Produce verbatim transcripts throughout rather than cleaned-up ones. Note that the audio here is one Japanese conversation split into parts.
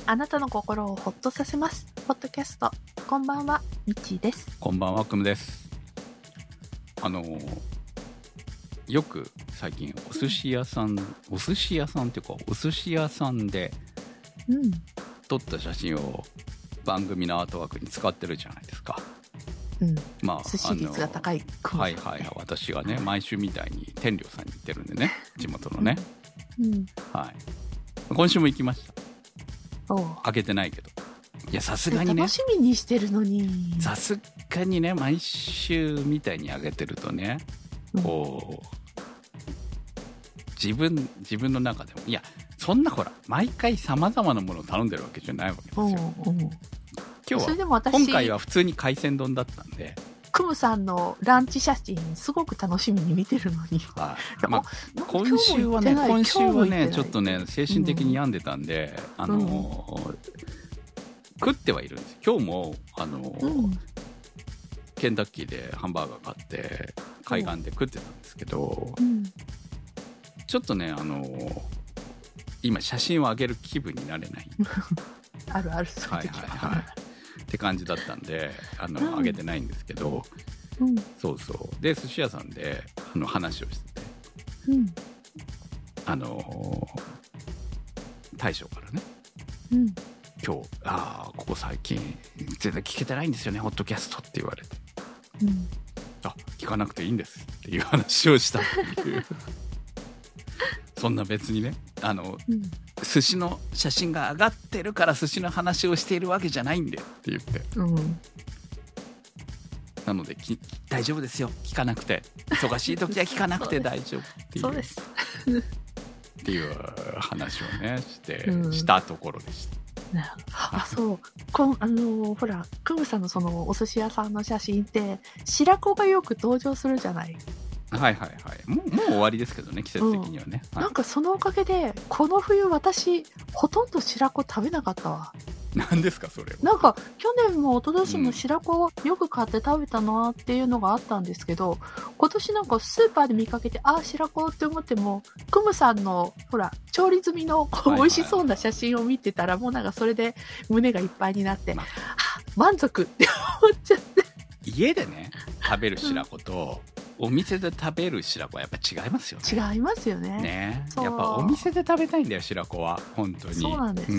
あなたの心をホッとさせますポッドキャスト。こんばんは、みちです。 こんばんは、くむです。あのよく最近お寿司屋さん、うん、お寿司屋さんっていうかお寿司屋さんで撮った写真を番組のアートワークに使ってるじゃないですか。 うん、まあ、寿司率が高い。 はいはい、私がね毎週みたいに天領さんに行ってるんでね、地元のね、 うん、 はい、今週も行きました。 お開けてないけど、いやさすがにね、 楽しみにしてるのに、 さすがにね毎週みたいに開けてるとね、うん、こう自分自分の中でも、いやそんなほら毎回さまざまなものを頼んでるわけじゃないわけですよ。 おうおう、 今日は今回は普通に海鮮丼だったんで、 クムさんのランチ写真すごく楽しみに見てるのに、 はい、まあ、今週はね今週はねちょっとね精神的に病んでたんで、うん、あの、うん、食ってはいるんです。今日もあの、うん、ケンタッキーでハンバーガー買って海岸で食ってたんですけど、うん、ちょっとねあの今写真を上げる気分になれないあるある、そういう時は、はいはいはいって感じだったんで、あの、うん、上げてないんですけど、うん、そうそうで寿司屋さんであの話をしてて、うん、あの大将からね、うん、今日あここ最近全然聞けてないんですよねホットキャストって言われて、うん、あ聞かなくていいんですっていう話をしたっていうそんな別にねあの、うん、寿司の写真が上がってるから寿司の話をしているわけじゃないんでって言って、うん、なのでき大丈夫ですよ聞かなくて、忙しい時は聞かなくて大丈夫っていうそうですっていう話をねして、うん、したところでした。 あそうこあのほらクムさんのそのお寿司屋さんの写真って白子がよく登場するじゃない。 はいはいはい、もう、もう終わりですけどね季節的にはね、 うん、なんかそのおかげでこの冬私ほとんど白子食べなかったわ。 何ですかそれは。 なんか去年も一昨年も白子をよく買って食べたなっていうのがあったんですけど、今年なんかスーパーで見かけてああ白子って思ってもクムさんのほら調理済みのこう美味しそうな写真を見てたら、もうなんかそれで胸がいっぱいになって、まあ、満足って思っちゃって。 家でね食べる白子と、うん、お店で食べる白子はやっぱ違いますよね。 違いますよね。 ね、やっぱお店で食べたいんだよ白子は本当に。 そうなんです。うん、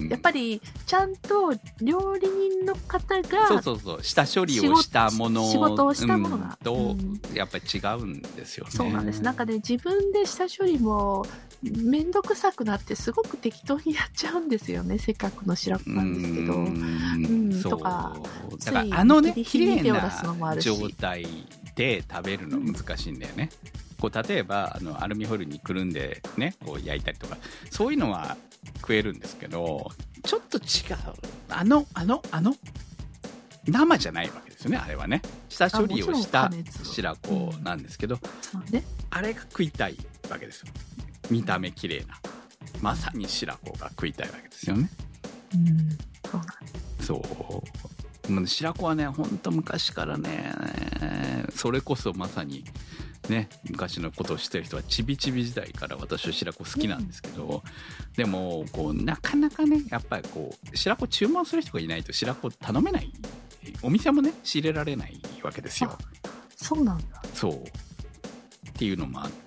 やっぱりちゃんと料理人の方がそうそうそう下処理をしたもの仕事をしたものが、 うん、と、うん、やっぱり違うんですよね。 そうなんです。なんかね自分で下処理もめんどくさくなってすごく適当にやっちゃうんですよね。せっかくの白子なんですけど、うん、うん、とかだからあのね綺麗な状態で食べるの難しいんだよね、うん、こう例えばあのアルミホイルにくるんでねこう焼いたりとかそういうのは食えるんですけど、ちょっと違うあのあのあの生じゃないわけですよね。あれはね下処理をした白子なんですけど、うんね、あれが食いたいわけですよ。見た目綺麗なまさに白子が食いたいわけですよね。 うん、そうなんです。 そう白子はねほんと昔からねそれこそまさにね昔のことを知ってる人はちびちび時代から私は白子好きなんですけど、うん、でもこうなかなかねやっぱりこう白子注文する人がいないと白子頼めない、お店もね仕入れられないわけですよ。 そうなんだ。 そうっていうのもあって、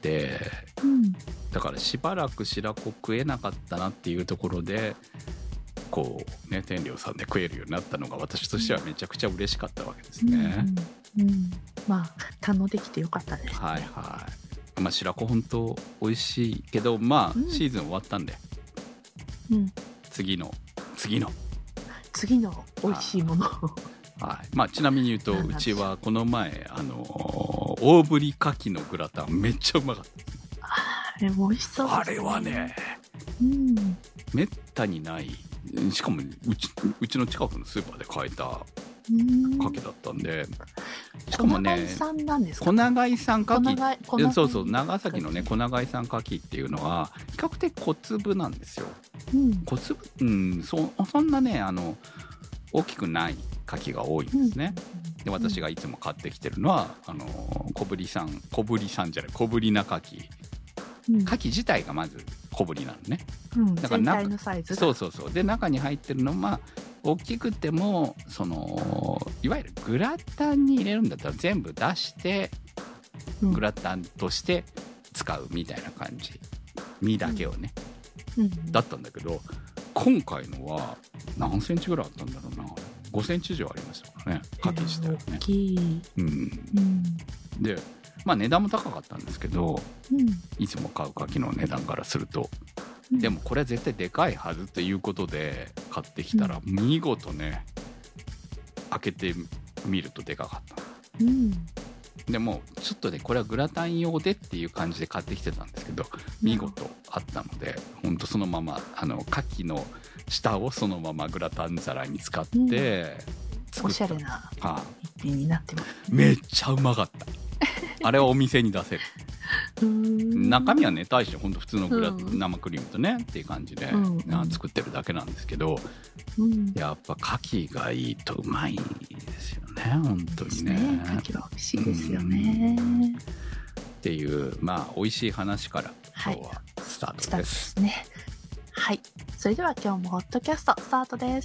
うん、だからしばらく白子食えなかったなっていうところでこうね天領さんで食えるようになったのが私としてはめちゃくちゃ嬉しかったわけですね、 うんうんうん、まあ堪能できてよかったですね。 はいはい、まあ、白子本当美味しいけどまあ、うん、シーズン終わったんで、うん、次の次の次の美味しいものはいまあ、ちなみに言うとうちはこの前あの大ぶり牡蠣のグラタンめっちゃうまかった。 あれ美味しそうですね。 あれはね、うん、めったにないしかもうち、うちの近くのスーパーで買えた牡蠣だったんで、しかもね小長井さんなんですか。 小長井さん牡蠣、そうそう長崎のね小長井さん牡蠣っていうのは比較的小粒なんですよ、うん、小粒、うん、そ, そんなねあの大きくない牡蠣が多いんですね、うん、で私がいつも買ってきてるのはあの小ぶりさん小ぶりさんじゃない小ぶりな牡蠣、うん、牡蠣自体がまず小ぶりなのね。 うん、 だから全体のサイズだ。 そうそうそう。で、中に入ってるのは、まあ、大きくても、その、いわゆるグラタンに入れるんだったら全部出して、グラタンとして使うみたいな感じ。身だけをね。うんうん、だったんだけど、今回のは何センチぐらいあったんだろうな。ごセンチ以上ありましたからね。牡蠣自体はね。 大きい。 うん。うん、で、まあ値段も高かったんですけど、うん、いつも買う牡蠣の値段からすると。うん、でもこれは絶対でかいはずということで買ってきたら、うん、見事ね、開けてみるとでかかった。うん、でもちょっとね、これはグラタン用でっていう感じで買ってきてたんですけど、見事あったので、ほんとそのまま、あの、牡蠣の下をそのままグラタン皿に使って、うん、 作ったおしゃれな一品になってます、ね、 めっちゃうまかった。あれはお店に出せる。中身はね、大してほんと普通のグラ、うん、生クリームとねっていう感じで、うんうん、作ってるだけなんですけど、うん、やっぱ牡蠣がいいとうまいですよね、本当にね。 ね、牡蠣は美味しいですよね、うん、 っていうまあ美味しい話から今日はスタートです、はい、 スタートですね。はい、それでは今日もホットキャストスタートです。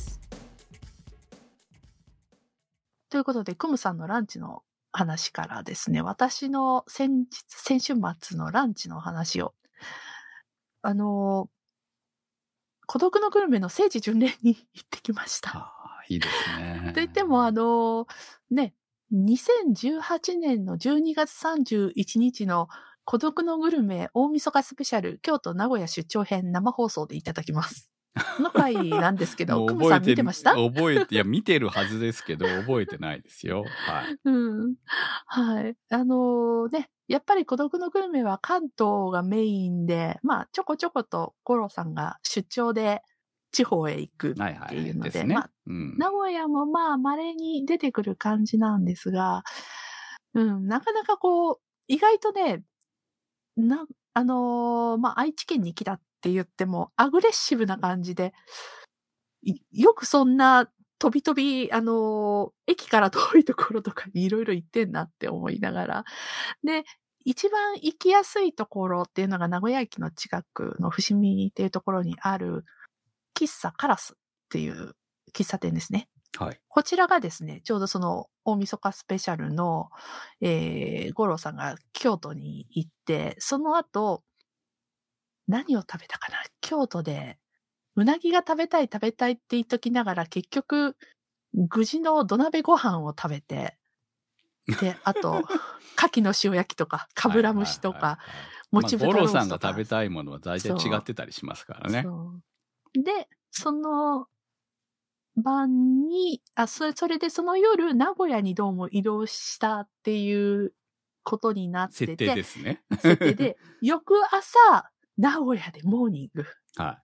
ということで、クムさんのランチの話からですね、私の先日、先週末のランチの話を、あの、孤独のグルメの聖地巡礼に行ってきました。 ああ、いいですね。 といっても、あの、ね、にせんじゅうはちねんのじゅうにがつさんじゅういちにちの孤独のグルメ大晦日スペシャル京都名古屋出張編生放送でいただきます。の回なんですけど、クムさん見てました？ 覚えて、いや、見てるはずですけど、覚えてないですよ。はい。 うん。はい。あのー、ね、やっぱり孤独のグルメは関東がメインで、まあ、ちょこちょこと五郎さんが出張で地方へ行くっていうので、はいはい、でね、まあ、うん、名古屋もまあ、稀に出てくる感じなんですが、うん、なかなかこう、意外とね、な、あのー、まあ、愛知県に来たって言っても、アグレッシブな感じで、よくそんな飛び飛び、あのー、駅から遠いところとかにいろいろ行ってんなって思いながら。で、一番行きやすいところっていうのが名古屋駅の近くの伏見っていうところにある、喫茶カラスっていう喫茶店ですね。 はい。 こちらがですね、ちょうどその大晦日スペシャルの、えー、五郎さんが京都に行って、その後、何を食べたかな？京都で、うなぎが食べたい食べたいって言っときながら、結局、具地の土鍋ご飯を食べて、で、あと、牡蠣の塩焼きとか、かぶら蒸しとか、もち豚ロースとか。 五郎さんが食べたいものは大体違ってたりしますからね。 そう。で、その晩に、あ、それ、それでその夜、名古屋にどうも移動したっていうことになってて。 設定ですね。 設定で、翌朝、名古屋でモーニング。 はい。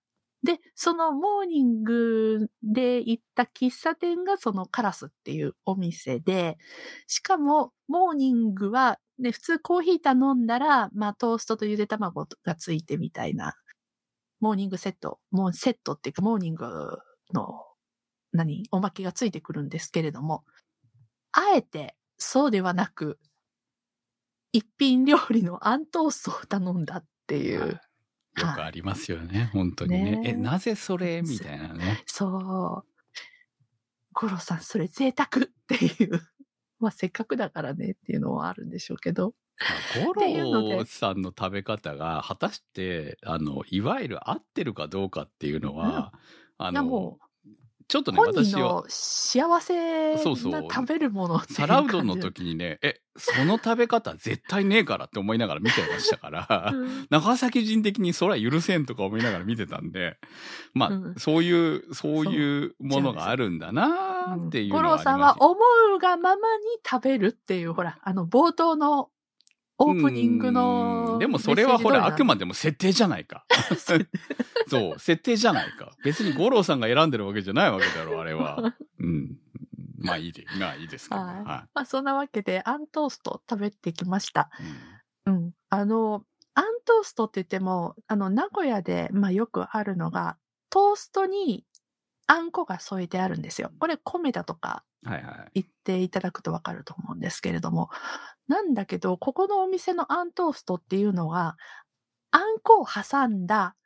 で、そのモーニングで行った喫茶店がそのカラスっていうお店で、しかもモーニングはね、普通コーヒー頼んだら、まあトーストとゆで卵がついてみたいな、モーニングセット、もうセットっていうかモーニングの何、おまけがついてくるんですけれども、あえてそうではなく、一品料理のアントーストを頼んだっていう。はいよくありますよね、はい、本当にね。ねえ、なぜそれみたいなね。 そう。五郎さん、それ贅沢っていう。まあ、せっかくだからねっていうのはあるんでしょうけど。 五郎さんの食べ方が、果たして、あの、いわゆる合ってるかどうかっていうのは、うん、あの、もうちょっとね、 私は。幸せな食べるものっていう感じ。 皿うどんの時にね、え、その食べ方絶対ねえからって思いながら見てましたから、うん、長崎人的にそれは許せんとか思いながら見てたんで、まあ、うん、そういう、そういうものがあるんだなっていうのはあります。 五郎さんは思うがままに食べるっていう、ほら、あの、冒頭のオープニングの。 でもそれはほら、あくまでも設定じゃないか。そう、設定じゃないか。別に五郎さんが選んでるわけじゃないわけだろう、あれは。うん。まあいいで、まあいいですけど。はい。はい、 まあそんなわけで、アントースト食べてきました。うん。うん、あの、アントーストって言っても、あの、名古屋で、まあよくあるのが、トーストにあんこが添えてあるんですよ。これ、米だとか。 はいはい。 言っていただくとわかると思うんですけれども。なんだけど、ここのお店のアントーストっていうのは、あんこを挟んだ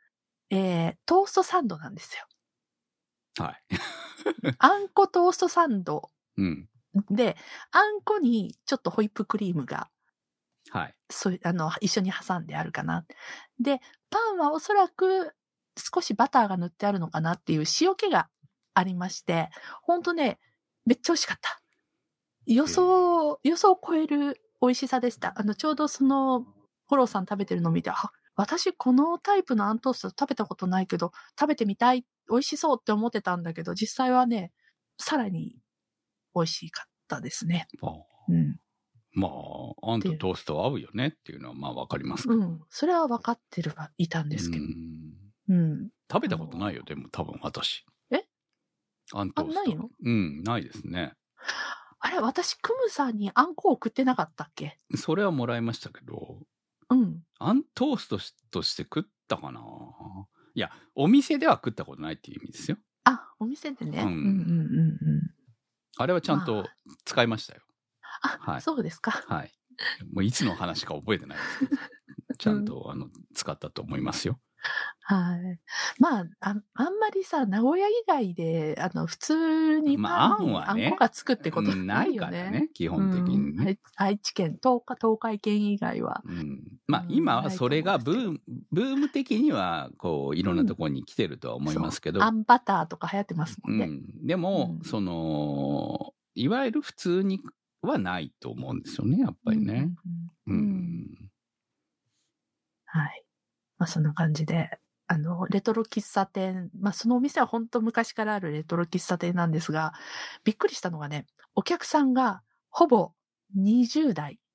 えー、トーストサンドなんですよ。はい。 あんこトーストサンド。 うん。 で、あんこにちょっとホイップクリームが、 はい。 そうあの、一緒に挟んであるかな。で、パンはおそらく少しバターが塗ってあるのかなっていう塩気がありまして、ほんとね、めっちゃ美味しかった。予想、予想を超える美味しさでした。あの、ちょうどその、フォローさん食べてるのを見て、あ、私このタイプのあんトースト食べたことないけど、食べてみたい、美味しそうって思ってたんだけど、実際はね、さらに美味しかったですね。うん。 まあ、あんとトースト合うよねっていうのはまあわかりますけど。 うん。それは分かってるはいたんですけど。 うん。 うん。 食べたことないよ、でも多分私。 えあんトースト。ないの？うん、ないですね。 あれ、私、クムさんにあんこを送ってなかったっけ？ それはもらいましたけど。 うん。 あんトーストとして食ったかな？いや、お店では食ったことないっていう意味ですよ。 あ、お店でね。うん、うん、うんうん。 あれはちゃんと使いましたよ。 あ、はい、そうですか。 はい。もういつの話か覚えてないですけど、ちゃんと、うん、あの使ったと思いますよ。 はい。まあ、あ、あんまりさ、名古屋以外で、あの、普通にパンにあんこがつくってことないよね。まあ、ないからね、 基本的にね。 うん、愛知県、東海、東海圏以外は。 うん。まあ、うん、今はそれがブーム、ブーム的には、こう、いろんなところに来てるとは思いますけど。 うん、あんバターとか流行ってますもんね。 うん。でも、うん、その、いわゆる普通にはないと思うんですよね、やっぱりね。うん。うんうん、 はい。まあ、そんな感じで。あの、レトロ喫茶店、まあ、そのお店は本当昔からあるレトロ喫茶店なんですが、びっくりしたのがね、お客さんがほぼにじゅう代。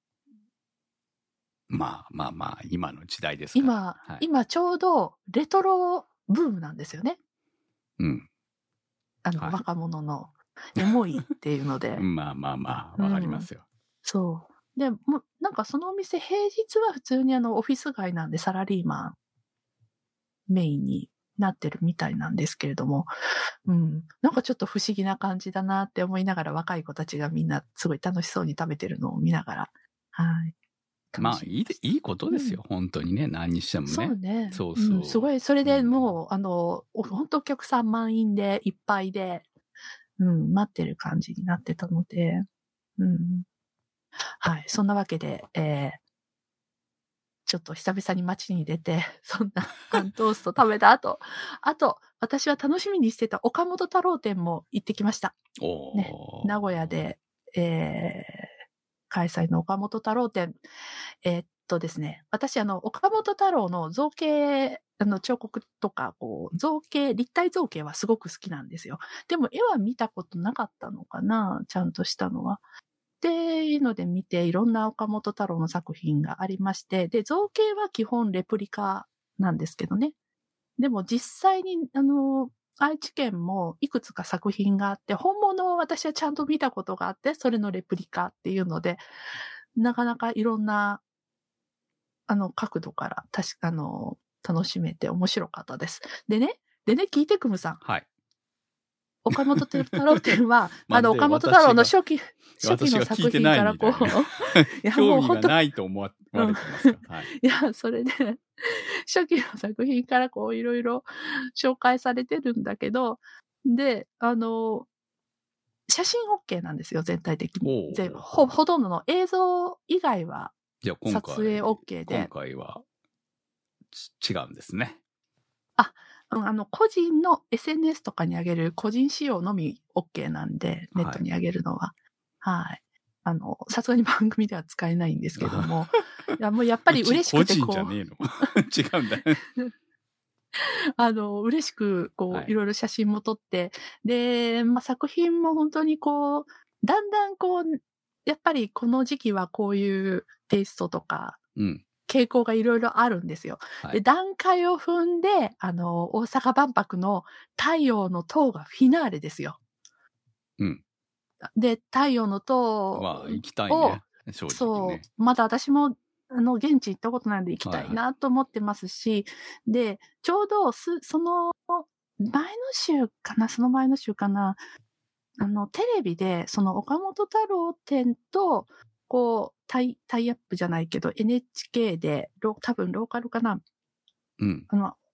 まあまあまあ、今の時代ですから。 今、はい、今ちょうどレトロブームなんですよね。 うん。 あの、はい、若者のエモいっていうので。 まあまあまあ、わかりますよ、うん。 そう。で、もなんかそのお店平日は普通にあのオフィス街なんでサラリーマンメインになってるみたいなんですけれども、うん。なんかちょっと不思議な感じだなって思いながら若い子たちがみんなすごい楽しそうに食べてるのを見ながら、はい。 まあいいで、いいことですよ、うん、本当にね、何にしてもね。 そうね。 そうそう。うん、 すごい、それでもう、うん、あの、本当お客さん満員でいっぱいで、うん、待ってる感じになってたので、うん。はい。そんなわけで、えー、ちょっと久々に街に出て、そんなあんトースト食べた後、あと、私は楽しみにしてた岡本太郎店も行ってきました。 おね、名古屋で、えー、開催の岡本太郎展。えー、っとですね、私、あの、岡本太郎の造形、あの、彫刻とか、こう、造形、立体造形はすごく好きなんですよ。でも、絵は見たことなかったのかな、ちゃんとしたのは。っていうので見て、いろんな岡本太郎の作品がありまして、で、造形は基本レプリカなんですけどね。でも実際に、あの、愛知県もいくつか作品があって、本物を私はちゃんと見たことがあって、それのレプリカっていうので、なかなかいろんな、あの、角度から、確か、あの、楽しめて面白かったです。でね、でね、聞いてくむさん。 はい。 岡本太郎展は、あの、岡本太郎の初期、初期の作品からこう、 いや、興味がないと思われてますか、はい。 いや、それで、初期の作品からこう、いろいろ紹介されてるんだけど、で、あの、写真 OK なんですよ、全体的に。全ほ、ほとんどの映像以外は、撮影 OK で。 今回は、違うんですね。 あ、あの、個人の エスエヌエス とかに上げる個人仕様のみ OK なんで、ネットに上げるのは。はい。はい、あの、さすがに番組では使えないんですけども、いや、もうやっぱり嬉しくてこう。 個人じゃねえの違うんだ。 あの、嬉しく、こう、はい、いろいろ写真も撮って、で、まあ、作品も本当にこう、だんだんこう、やっぱりこの時期はこういうテイストとか、うん傾向がいろいろあるんですよ、はい。で、段階を踏んで、あの、大阪万博の太陽の塔がフィナーレですよ。 うん。 で、太陽の塔を、 まあ、行きたいね。正直ね。 そう。まだ私も、あの、現地行ったことないんで行きたいなと思ってますし、はいはい、で、ちょうどす、その、前の週かな、その前の週かな、あの、テレビで、その岡本太郎展と、こう、タイ、タイアップじゃないけど、エヌエイチケー で、多分ローカルかな。 うん。 あの、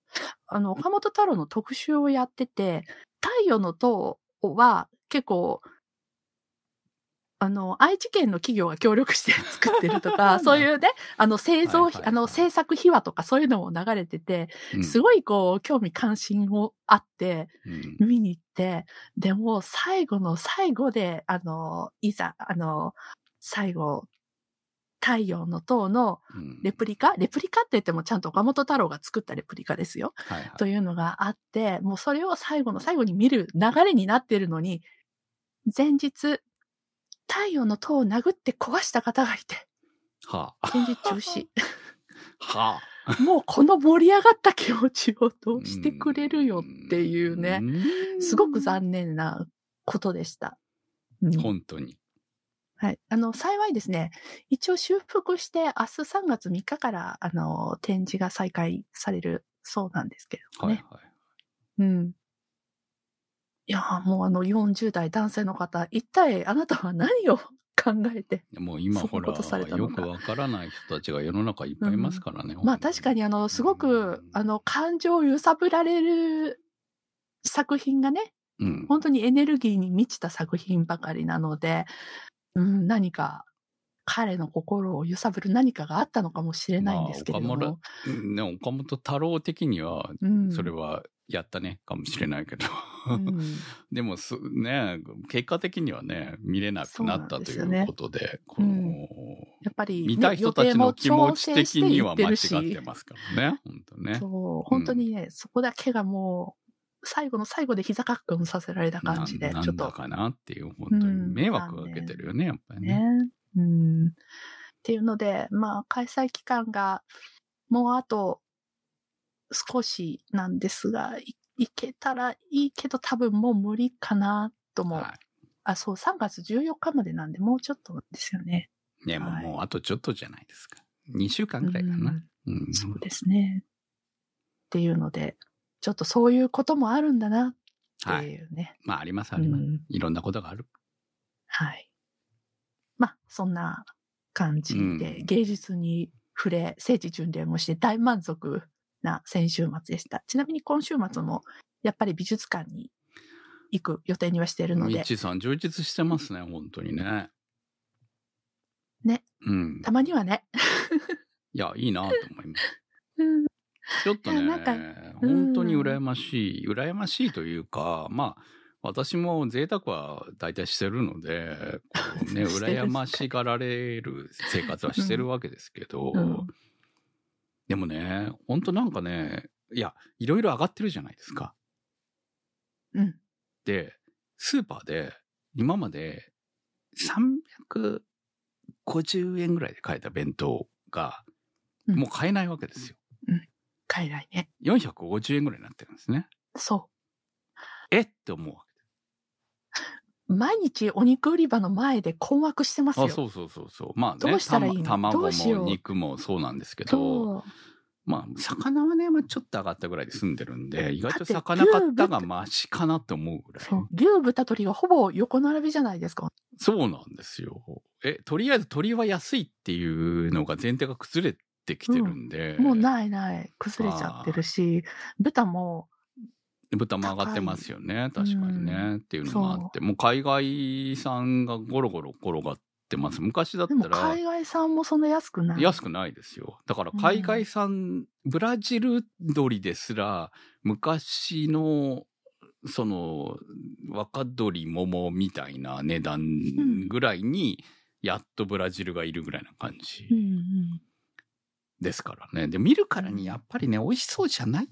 あの、岡本太郎の特集をやってて、太陽の塔は結構、あの、愛知県の企業が協力して作ってるとか、そういうね、あの、製造、はいはいはい、あの、制作秘話とかそういうのも流れてて、うん、すごいこう、興味関心をあって、うん、見に行って、でも最後の最後で、あの、いざ、あの、最後、太陽の塔のレプリカ、うん、レプリカって言ってもちゃんと岡本太郎が作ったレプリカですよ。はいはい、というのがあって、もうそれを最後の最後に見る流れになっているのに、前日、太陽の塔を殴って壊した方がいて、はあ、展示中止。はあ、もうこの盛り上がった気持ちをどうしてくれるよっていうね、すごく残念なことでした。 うん、本当に。 はい。あの、幸いですね、一応修復して明日さんがつみっかから、あの、展示が再開されるそうなんですけどね。はいはい。うん。いや、もうあのよんじゅう代男性の方、一体あなたは何を考えて、 もう今ほら、よくわからない人たちが世の中いっぱいいますからね。 うん、まあ確かにあの、すごく、あの、感情を揺さぶられる作品がね、うん、本当にエネルギーに満ちた作品ばかりなので、うん、何か、彼の心を揺さぶる何かがあったのかもしれないんですけれども。まあ、 岡本、ね、岡本太郎的には、それはやったね、かもしれないけど。うん、でもす、ね、結果的にはね、見れなくなったということで、でこの、うん、 やっぱり、ね、 見たい人たちの気持ち的には間違ってますからね。本当ね。 そう、本当にね、うん、そこだけがもう、最後の最後で膝かっくんさせられた感じで、ちょっと。 なんだかなっていう、本当に迷惑をかけてるよね、うん、やっぱりね。 ねうん、っていうので、まあ、開催期間がもうあと少しなんですが、い、いけたらいいけど多分もう無理かなとも、はい。あ、そう、さんがつじゅうよっかまでなんでもうちょっとですよね。 ね、はい、もうあとちょっとじゃないですか。にしゅうかんくらいかな。 うんうん、そうですね。っていうので、ちょっとそういうこともあるんだなっていうね。はい、 まあありますあります、うん。いろんなことがある。 はい。まあ、そんな感じで、うん、芸術に触れ、聖地巡礼もして大満足な先週末でした。ちなみに今週末も、やっぱり美術館に行く予定にはしているので。 ミッチーさん、充実してますね、本当にね。 ね。 うん。 たまにはね。 いや、いいなと思います。うん、ちょっとね、本当に羨ましい、羨ましいというか、まあ、私も贅沢は大体してるので、こうね、羨ましがられる生活はしてるわけですけど、うんうん、でもね、本当なんかね、いや、いろいろ上がってるじゃないですか。 うん。 で、スーパーで今までさんびゃくごじゅうえんぐらいで買えた弁当が、もう買えないわけですよ。 うん。買えないね。 よんひゃくごじゅうえんぐらいになってるんですね。 そう。 えって思うわけです。 毎日お肉売り場の前で困惑してますよ。 あ、そうそうそうそう。まあね、 どうしたらいいの？ 卵も肉もそうなんですけど、まあ、魚はね、まあ、ちょっと上がったぐらいで済んでるんで、意外と魚買ったがマシかなって思うぐらい。 そう。牛、豚、鶏がほぼ横並びじゃないですか。 そうなんですよ。え、とりあえず鶏は安いっていうのが前提が崩れてきてるんで。 うん、もうないない。崩れちゃってるし、豚も。 豚も上がってますよね。確かにね、うん。っていうのもあって。もう海外産がゴロゴロ転がってます。昔だったら。でも海外産もそんな安くない。 安くないですよ。だから海外産、うん、ブラジル鶏ですら、昔の、その、若鶏桃みたいな値段ぐらいに、やっとブラジルがいるぐらいな感じ。 うんうんですからね。で、見るからにやっぱりね、美味しそうじゃない。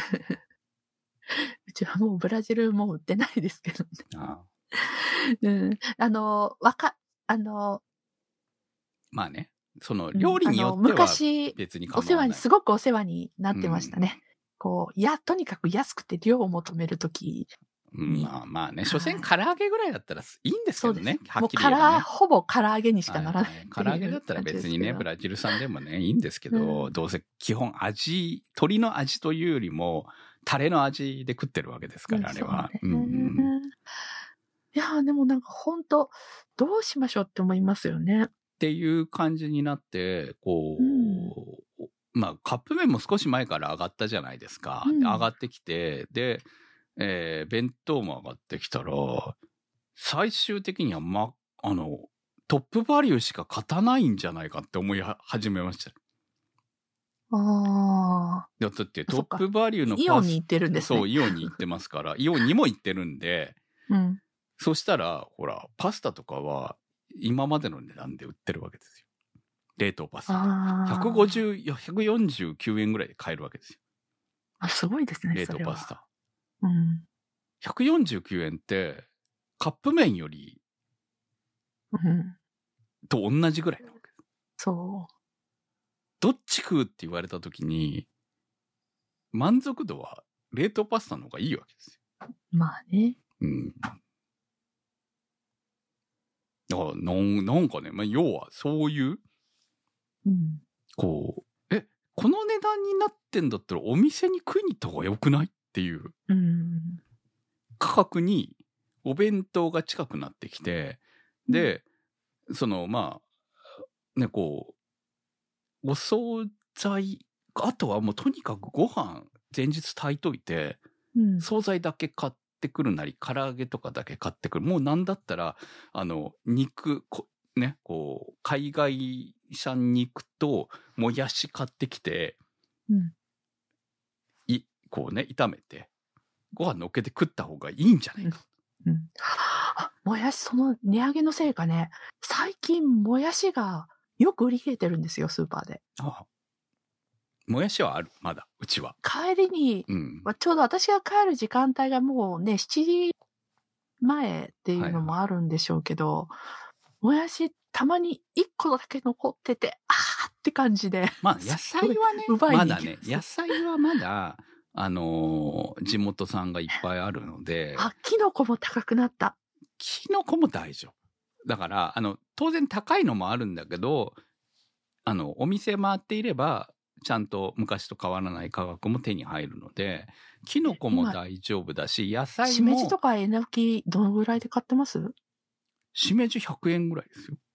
うちはもうブラジルも売ってないですけどね。ああ、うん。あの、わか、あの、 まあね、その料理によっては別に構わない。 お世話に、すごくお世話になってましたね。うん、こう、や、とにかく安くて量を求めるとき。 まあまあね、所詮唐揚げぐらいだったらいいんですけどね。はっきり言えばね。ほぼ唐揚げにしかならない。 唐揚げだったら別にね、ブラジル産でもね、いいんですけど、うん、どうせ基本味、鶏の味というよりも、タレの味で食ってるわけですから、うん、あれは。 うんうん、いやーでもなんか本当どうしましょうって思いますよね。 っていう感じになって、こう、うん、 まあ、カップ麺も少し前から上がったじゃないですか。 うん、 上がってきて、で、えー、弁当も上がってきたら、最終的には、ま、あの、トップバリューしか勝たないんじゃないかって思い始めました。 ああ。 だってトップバリューのパス、 イオンに行ってるんですね。 そう、イオンに行ってますから、イオンにも行ってるんで、 うん。 そしたら、ほら、パスタとかは今までの値段で売ってるわけですよ。冷凍パスタ。ひゃくごじゅう、いや、ひゃくよんじゅうきゅうえんぐらいで買えるわけですよ。 あ、すごいですね、 冷凍パスタ。 うん。 ひゃくよんじゅうきゅうえんって、カップ麺より、 うん。 と同じぐらいなわけです。 そう。 どっち食うって言われたときに、満足度は冷凍パスタの方がいいわけですよ。 まあね。 うん。だからなん、なんかね、まあ、要はそういう、 うん、 こう、え、この値段になってんだったらお店に食いに行った方が良くないっていう、 うん、 価格にお弁当が近くなってきて、で、うん、その、まあ、ね、こう、お惣菜、あとはもうとにかくご飯前日炊いといて、うん、惣菜だけ買ってくるなり、唐揚げとかだけ買ってくる。もうなんだったら、あの、肉、こね、こう、海外産肉ともやし買ってきて、うん、い、こうね、炒めて、ご飯乗っけて食った方がいいんじゃないか。 うんうん、あ、もやし、その値上げのせいかね、最近もやしがよく売り切れてるんですよ、スーパーで。 ああ、もやしはある、まだ、うちは。 帰りに、うんまあ、ちょうど私が帰る時間帯がもうね、しちじまえっていうのもあるんでしょうけど、はいはい、もやしたまにいっこだけ残ってて、あーって感じで。 まあ、野菜はね、まだね、野菜はまだ、あのー、地元産がいっぱいあるので。 あ、キノコも高くなった。 キノコも大丈夫。だから、あの、当然高いのもあるんだけど、あの、お店回っていれば、ちゃんと昔と変わらない価格も手に入るので、キノコも大丈夫だし、野菜も。 しめじとかえのき、どのぐらいで買ってます？ しめじひゃくえんぐらいですよ。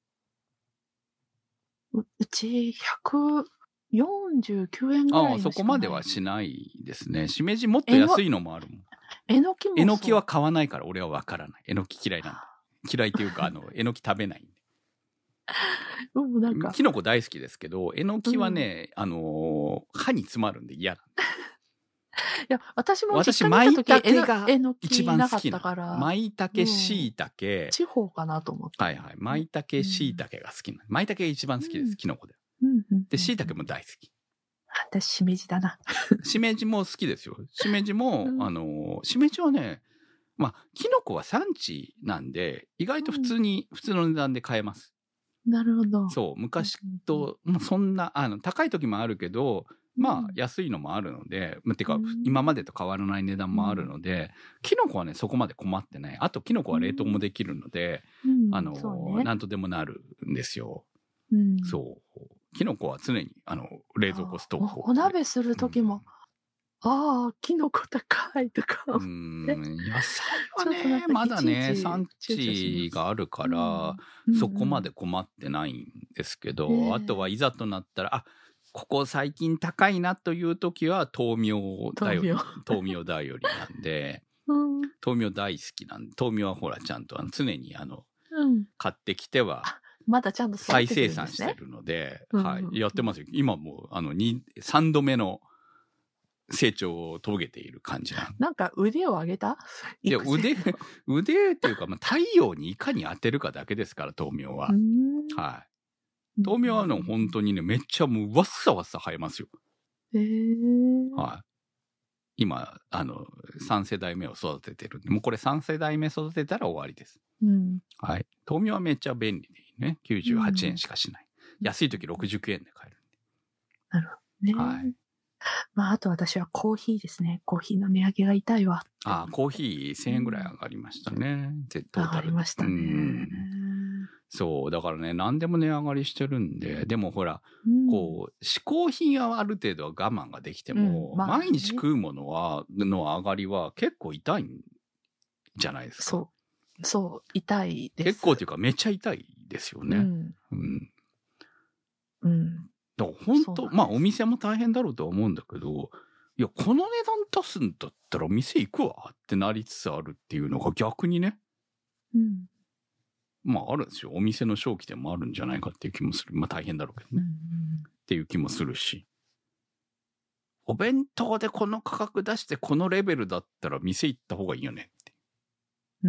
う, うちひゃくよんじゅうきゅうえんぐらいのしかない。 ああ、そこまではしないですね。しめじもっと安いのもあるもん。 えのきもそう。 えのきは買わないから俺はわからない。えのき嫌いなんだ。嫌いっていうか、あの、えのき食べないんで。 うん、なんか。 キノコ大好きですけど、えのきはね、うん、あのー、歯に詰まるんで嫌なんで。 いや、私も私、舞茸が一番好きな。舞茸、椎茸。 地方かなと思って。 はいはい。舞茸、椎茸が好きな。舞茸が一番好きです、うん、キノコで。で、椎茸も大好き。 私、しめじだな。 しめじも好きですよ。しめじも、うん、あの、しめじはね、まあ、キノコは産地なんで、意外と普通に、うん、普通の値段で買えます。 なるほど。 そう、昔と、もうそんな、あの、高い時もあるけど、まあ、安いのもあるので、うん、てか、今までと変わらない値段もあるので、うん、キノコはね、そこまで困ってない。あと、キノコは冷凍もできるので、うん、あの、ね、なんとでもなるんですよ。うん、そう。キノコは常に、あの、冷蔵庫ストックを。 お鍋する時も、うん、ああ、キノコ高いとか。 うん、野菜はね、まだね、産地があるから、うん、そこまで困ってないんですけど、うん、あとはいざとなったら、あ、ここ最近高いなという時は豆苗頼り、豆苗頼りなんで、うん、豆苗大好きなんで、豆苗はほらちゃんとあの常にあの、うん、買ってきては、 まだちゃんと再生産してるので、はい、やってますよ。今もうあのに、さんどめの成長を遂げている感じなの。 なんか腕を上げた？ いや、腕、腕っていうか、まあ、太陽にいかに当てるかだけですから、豆苗は。はい。豆苗はの本当にね、めっちゃもうわっさわっさ生えますよ。 へー。 はい。今、あの、さん世代目を育ててるんで、もうこれさん世代目育てたら終わりです。うん。はい。豆苗はめっちゃ便利でいいね。きゅうじゅうはちえんしかしない。うん、安い時ろくじゅうきゅうえんで買えるんで。 なるほどね。はい。まあ、あと私はコーヒーですね。コーヒーの値上げが痛いわ。 ああ、コーヒーせんえんぐらい上がりましたね。うん、トータル。上がりましたね。うんそう。だからね、何でも値上がりしてるんで、でもほら、うん、こう、嗜好品はある程度は我慢ができても、うんまあね、毎日食うものは、の上がりは結構痛いんじゃないですか。 そう。そう、痛いです。 結構っていうかめっちゃ痛いですよね。うん。うん。 うん、 だから本当、まあお店も大変だろうとは思うんだけど、いや、この値段出すんだったら店行くわってなりつつあるっていうのが逆にね、 うん、 まああるんですよ。お店の正気でもあるんじゃないかっていう気もする。まあ大変だろうけどね。うんうん、っていう気もするし。お弁当でこの価格出してこのレベルだったら店行った方がいいよねって。 うん。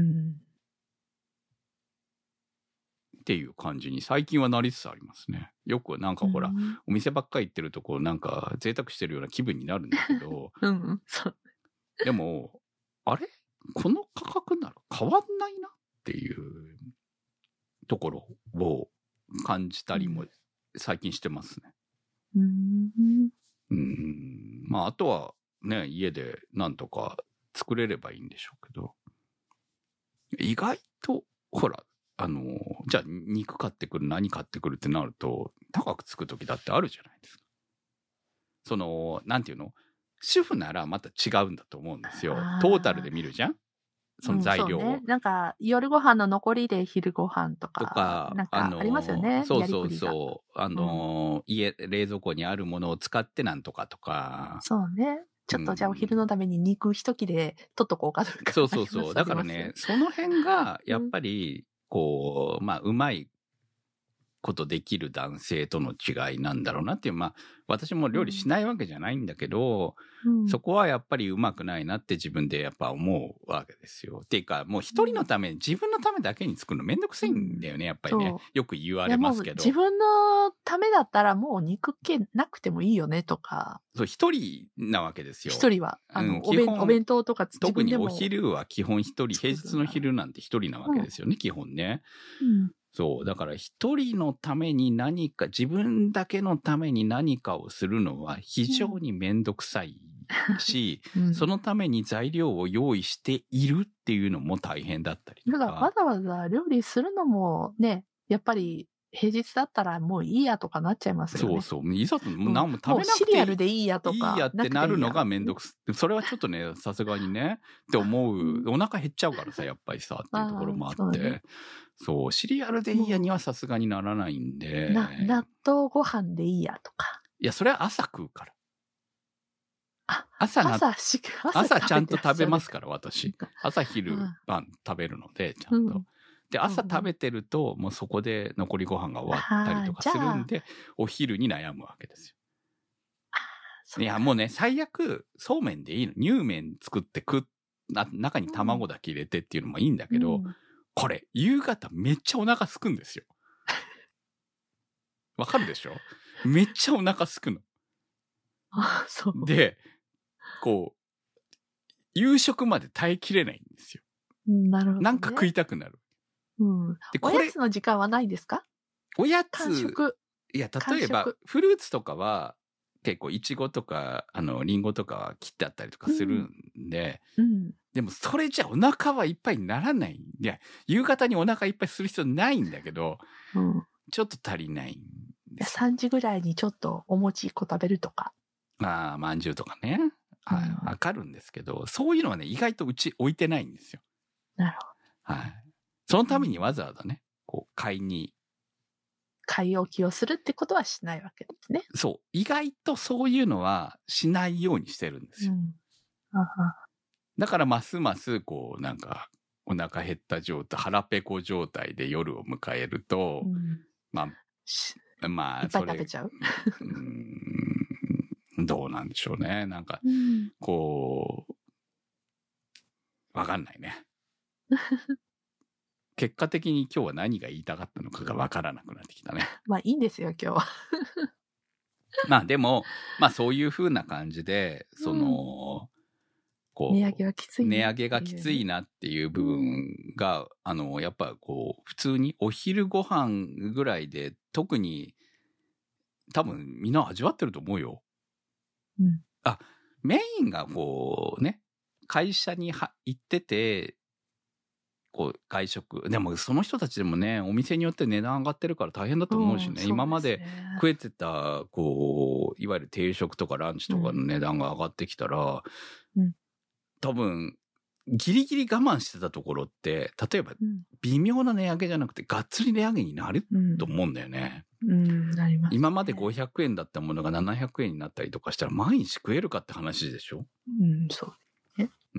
っていう感じに最近はなりつつありますね。よくなんかほら、うん、お店ばっかり行ってるとこうなんか贅沢してるような気分になるんだけど、 うん、そう。 でも、あれこの価格なら変わんないなっていうところを感じたりも最近してますね。 うん。 うん。まああとはね、家でなんとか作れればいいんでしょうけど、意外とほら、あの、じゃあ肉買ってくる、何買ってくるってなると、高くつく時だってあるじゃないですか。その、なんていうの？主婦ならまた違うんだと思うんですよ。トータルで見るじゃん？その材料を。うん、そうね。なんか、夜ご飯の残りで昼ご飯とか。とか、なんかありますよね。 そうそうそう。あの、うん、家、冷蔵庫にあるものを使ってなんとかとか。 そうね。ちょっとじゃあお昼のために肉一切れ取っとこうかとか。 そうそうそう。だからね、その辺が、やっぱり、こう、まあ、うまいことできる男性との違いなんだろうなっていう、まあ、私も料理しないわけじゃないんだけど、うん、そこはやっぱりうまくないなって自分でやっぱ思うわけですよ。っていうか、もう一人のために、自分のためだけに作るのめんどくさいんだよね、やっぱりね。よく言われますけど。 自分のためだったらもう肉系なくてもいいよねとか。 そう、一人なわけですよ。 一人は。あの、うん、お弁、お弁当とか自分でも。 特にお昼は基本一人、平日の昼なんて一人なわけですよね、うん、基本ね。 うんそう。だから一人のために何か、自分だけのために何かをするのは非常にめんどくさいし、うん、そのために材料を用意しているっていうのも大変だったりとか。 だからわざわざ料理するのもね、やっぱり平日だったらもういいやとかなっちゃいますよね。 そうそう。いざともう何も食べなくていい。 シリアルでいいやとか。 いいやってなるのがめんどくさい。それはちょっとね、さすがにね、って思う。うん、お腹減っちゃうからさ、やっぱりさ、っていうところもあって。そうね、そう、シリアルでいいやにはさすがにならないんで。 な、納豆ご飯でいいやとか。 いや、それは朝食うから。 あ、 朝な、 朝し、 朝、朝ちゃんと食べますから、私。朝昼晩食べるので、ちゃんと。うん、で、朝食べてると、もうそこで残りご飯が終わったりとかするんで、お昼に悩むわけですよ。いや、もうね、最悪、そうめんでいいの。乳麺作って食っ、中に卵だけ入れてっていうのもいいんだけど、うん、これ、夕方めっちゃお腹すくんですよ。わかるでしょ？めっちゃお腹すくの。 あ、そう。 で、こう、夕食まで耐えきれないんですよ。 なるほど、ね。 なんか食いたくなる。 うん。で、これおやつの時間はないですか？ おやつ。 間食。 いや、例えば、フルーツとかは、結構、いちごとか、あの、リンゴとかは切ってあったりとかするんで、 うんうん、 でも、それじゃお腹はいっぱいにならない。いや、夕方にお腹いっぱいする必要ないんだけど、 うん、 ちょっと足りないんです。 さんじぐらいにちょっとお餅いっこ食べるとか。 ああ、まんじゅうとかね。はい、わかるんですけど、そういうのはね、意外とうち置いてないんですよ。 なるほど。はい。そのためにわざわざね、こう、買いに。 買い置きをするってことはしないわけですね。 そう。意外とそういうのはしないようにしてるんですよ。 うん、あはだからますます、こう、なんか、お腹減った状態、腹ペコ状態で夜を迎えると、うん、まあ、まあ、 いっぱい食べちゃう。 うん、どうなんでしょうね。なんか、うん、こう、わかんないね。結果的に今日は何が言いたかったのかがわからなくなってきたね。 まあいいんですよ、今日は。 まあでも、まあそういう風な感じで、その、うん、こう、 値上げはきつい、 値上げがきついなっていう部分が、うん、あの、やっぱこう、普通にお昼ご飯ぐらいで、特に、多分みんな味わってると思うよ。 うん。 あ、メインがこうね、会社には行ってて、こう外食でもその人たちでもねお店によって値段上がってるから大変だと思うしね、うん、今まで食えてたこういわゆる定食とかランチとかの値段が上がってきたら、うん、多分ギリギリ我慢してたところって、例えば微妙な値上げじゃなくて、がっつり値上げになると思うんだよね。 うん、うん、なりますね。 今までごひゃくえんだったものがななひゃくえんになったりとかしたら、毎日食えるかって話でしょ。 うん、そうね。 うん。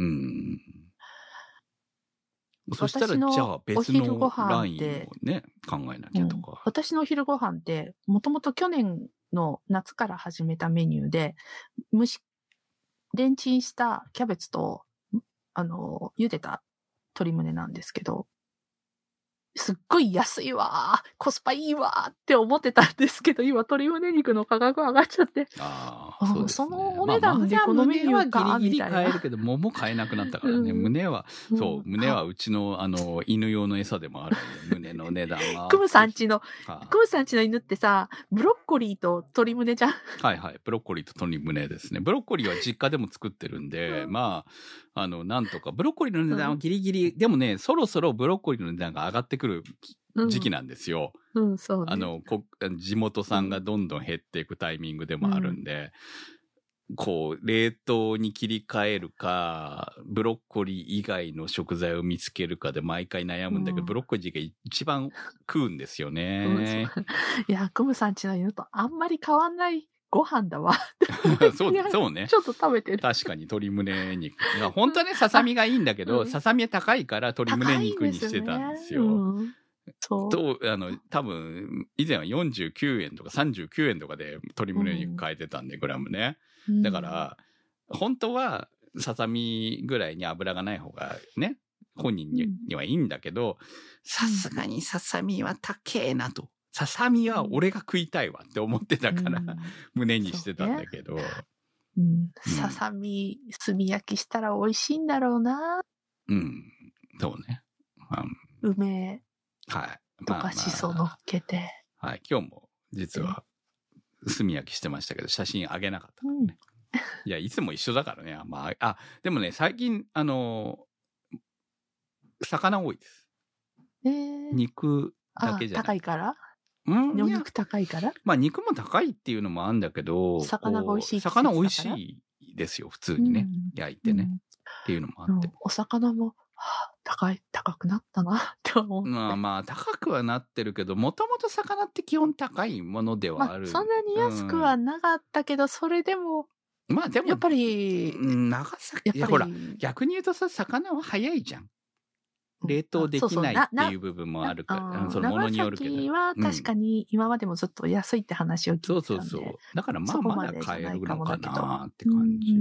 そしたら、じゃあ別のラインをね、考えなきゃとか。 うん、私のお昼ご飯って、もともと去年の夏から始めたメニューで、蒸し、レンチンしたキャベツと、あの、茹でた鶏胸なんですけど、すっごい安いわー、コスパいいわーって思ってたんですけど、今鶏胸肉の価格上がっちゃって。 ああ、そうですね。 そのお値段でこのメニューか、 まあ、ギリギリみたいな。 買えるけど、桃買えなくなったからね。うん、胸は、そう、胸はうちの、あの、犬用の餌でもあるんで、胸の値段は。 クムさんちの、クムさんちの犬ってさ、ブロッコリーと鶏胸じゃん。 はいはい、ブロッコリーと鶏胸ですね。ブロッコリーは実家でも作ってるんで、うん、まあ、あの、なんとか、ブロッコリーの値段はギリギリ、うん、でもね、そろそろブロッコリーの値段が上がってくる時期なんですよ。 うん、うん、そうね。 あのこ、地元産がどんどん減っていくタイミングでもあるんで、うん、こう、冷凍に切り替えるか、ブロッコリー以外の食材を見つけるかで毎回悩むんだけど、うん、ブロッコリーが一番食うんですよね。 うん、いや、クムさんちの犬とあんまり変わんないご飯だわ。 そう、そうね。 ちょっと食べてる。 確かに鶏胸肉。いや本当はね、ささみがいいんだけど、ささみは高いから鶏胸肉にしてたんですよ。そうと、あの、多分、以前はよんじゅうきゅうえんとかさんじゅうきゅうえんとかで鶏胸肉買えてたんで、うん、グラムね。だから、本当は、ささみぐらいに油がない方がね、本人 に,、うん、にはいいんだけど、さすがにささみは高えなと。ささみは俺が食いたいわって思ってたから、うん、胸にしてたんだけど。 うん、ささみ、炭焼きしたら美味しいんだろうな。 うん、そうね。 うん、梅。 はい。 とかしそ乗っけて、 まあまあ。はい。今日も実は炭焼きしてましたけど、写真あげなかったからね。うん、いや、いつも一緒だからね。まあ、あ、でもね、最近、あの、魚多いです。 えー、 肉だけじゃなくて。 高いからうん、 お肉高いからまあ、肉も高いっていうのもあるんだけど、 魚が美味しい魚美味しいですよ、普通にね。うん、焼いてね、うん。っていうのもあって。 お魚も、はあ、高い、高くなったなって思って。 まあまあ、高くはなってるけど、もともと魚って基本高いものではある。 まあ、そんなに安くはなかったけど、うん、それでも、 まあでも、 やっぱり、 長崎、いやほら、逆に言うとさ、魚は早いじゃん。冷凍できないっていう部分もあるから、そのものによるけど。 長崎は確かに今までもずっと安いって話を聞いてたんで、 そうそうそう。だからまあまだ買えるのかなって感じ。うん、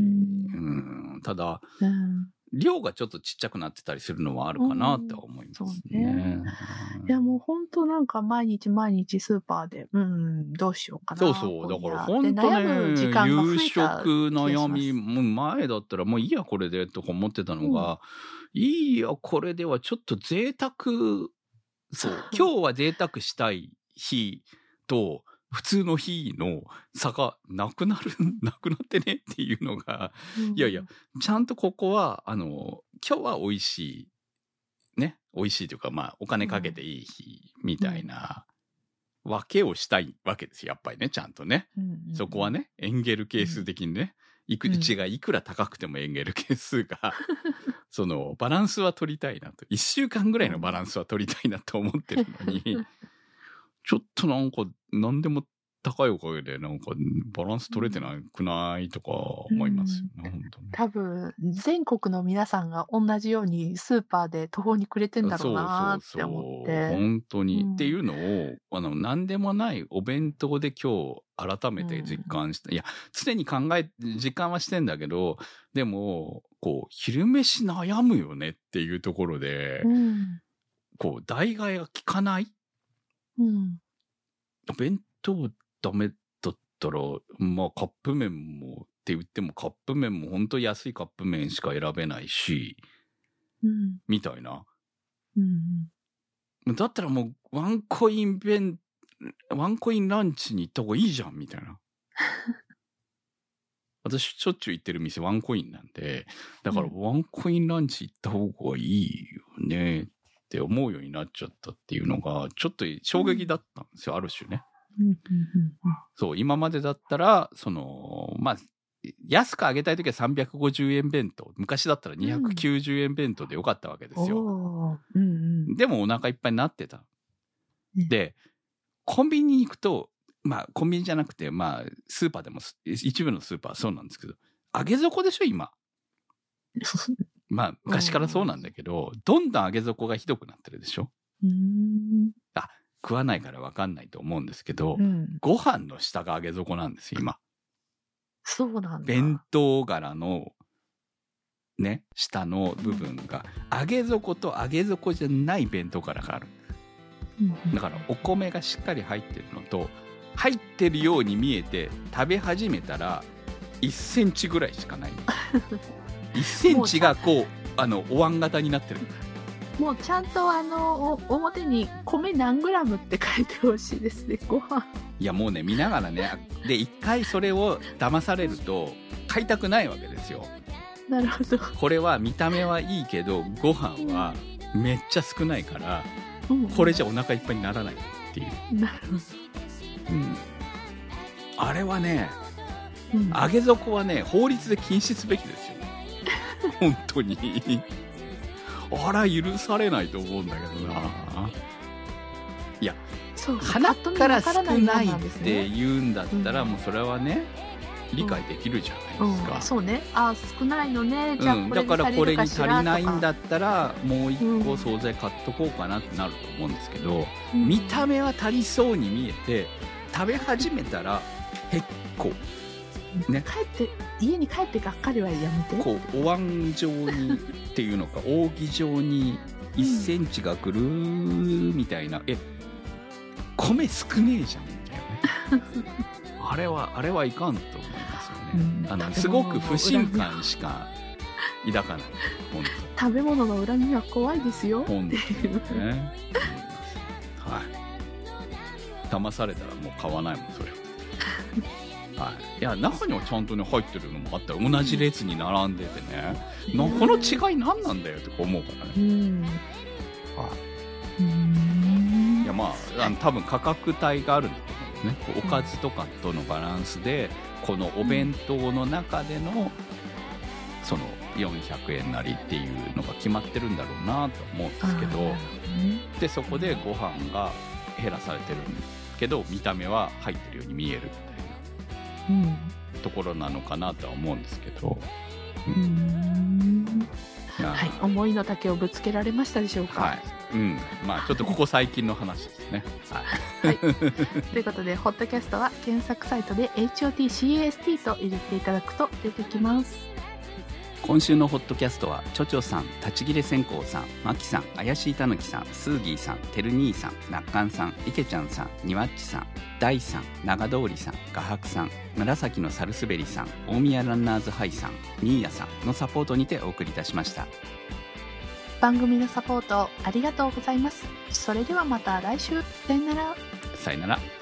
ただ、うん、量がちょっとちっちゃくなってたりするのはあるかなって思いますね。 そうね。いやもう本当なんか毎日毎日スーパーで、うん、どうしようかな。 そうそう。だから本当ね、夕食悩み、もう前だったらもういいやこれでとか思ってたのが、うんいいよ、これではちょっと贅沢、そう、今日は贅沢したい日と、普通の日の差がなくなる、なくなってねっていうのが、うん、いやいや、ちゃんとここは、あの、今日は美味しい、ね、美味しいというか、まあ、お金かけていい日みたいな、分けをしたいわけですよ、やっぱりね、ちゃんとね。うん、そこはね、エンゲル係数的にね、いく、うちがいくら高くてもエンゲル係数が、そのバランスは取りたいなと。一週間ぐらいのバランスは取りたいなと思ってるのに、ちょっとなんか何でも高いおかげでなんかバランス取れてなくないとか思いますよね、うん、本当に。 多分全国の皆さんが同じようにスーパーで途方に暮れてんだろうなって思って。そうそうそう本当に、うん、っていうのをあの何でもないお弁当で今日改めて実感した。うん、いや常に考え実感はしてんだけどでもこう昼飯悩むよねっていうところで、うん、こう代替えが効かない、うん、弁当ダメだったらまあカップ麺もって言ってもカップ麺も本当安いカップ麺しか選べないし、うん、みたいな、うんうん、だったらもうワンコイン弁ワンコインランチに行った方がいいじゃんみたいな私しょっちゅう行ってる店ワンコインなんでだからワンコインランチ行った方がいいよねって思うようになっちゃったっていうのがちょっと衝撃だったんですよ、うん、ある種ね、うんうんうんうん、そう今までだったらそのまあ安くあげたいときはさんびゃくごじゅうえん弁当、昔だったらにひゃくきゅうじゅうえん弁当でよかったわけですよ、 うんうん、 でもお腹いっぱいになってた、ね、でコンビニに行くと、まあコンビニじゃなくて、まあスーパーでも一部のスーパーはそうなんですけど、上げ底でしょ今まあ昔からそうなんだけど、どんどん上げ底がひどくなってるでしょ。うーん、あ、食わないから分かんないと思うんですけど、うん、ご飯の下が上げ底なんですよ今。 そうなんだ。 弁当柄のね下の部分が、うん、上げ底と上げ底じゃない弁当柄がある、うん、だからお米がしっかり入ってるのと、入ってるように見えて食べ始めたらいっセンチぐらいしかないいっセンチがこうあのお椀型になってる。 もうちゃんとあの表に米何グラムって書いてほしいですね、ご飯。 いやもうね見ながらね、で一回それを騙されると買いたくないわけですよ。 なるほど。 これは見た目はいいけどご飯はめっちゃ少ないから、うん、これじゃお腹いっぱいにならないっていう。なるほど、うん、あれはね、うん、上げ底はね法律で禁止すべきですよ本当にあら許されないと思うんだけどな。いや鼻から少ないって言うんだったら、うん、もうそれはね理解できるじゃないですか、 うん、そうね、あ少ないのね、じゃあこれに足りるかしらとか、うん、だからこれに足りないんだったらもう一個惣菜買っとこうかなってなると思うんですけど、うん、見た目は足りそうに見えて食べ始めたら結構ね、帰って家に帰ってがっかりはやめて。 こうお椀状にっていうのか扇状にいっセンチがぐるーみたいな、うん、え米少ねえじゃんみたいなねあれはあれはいかんと思いますよね、うん、あのすごく不信感しか抱かない。本当食べ物の恨みは怖いですよ。 本当にねはい、騙されたらもう買わないもんそれははい、いや中にはちゃんとね入ってるのもあったら同じ列に並んでてね、うん、この違い何なんだよって思うからね、うんはい、うんいやまあ、あの多分価格帯があるんだと思うんですね。おかずとかとのバランスでこのお弁当の中でのそのよんひゃくえんなりっていうのが決まってるんだろうなと思うんですけど、でそこでご飯が減らされてるけど見た目は入ってるように見えるうん、ところなのかなとは思うんですけど、うん、 はい、思いの丈をぶつけられましたでしょうか。 はい、うん、まあちょっとここ最近の話ですね。はい、 はい、ということでホットキャストは検索サイトで エイチオーティーシーエーエスティー と入れていただくと出てきます。 今週のホットキャストはチョチョさん、立ち切れ線香さん、マキさん、怪しいたぬきさん、スーギーさん、てる兄さん、なっかんさん、いけちゃんさん、にわっちさん、大さん、長通りさん、画伯さん、紫のサルスベリさん、大宮ランナーズハイさん、ニーヤさんのサポートにてお送りいたしました。 番組のサポートありがとうございます。それではまた来週。さよなら。 さよなら。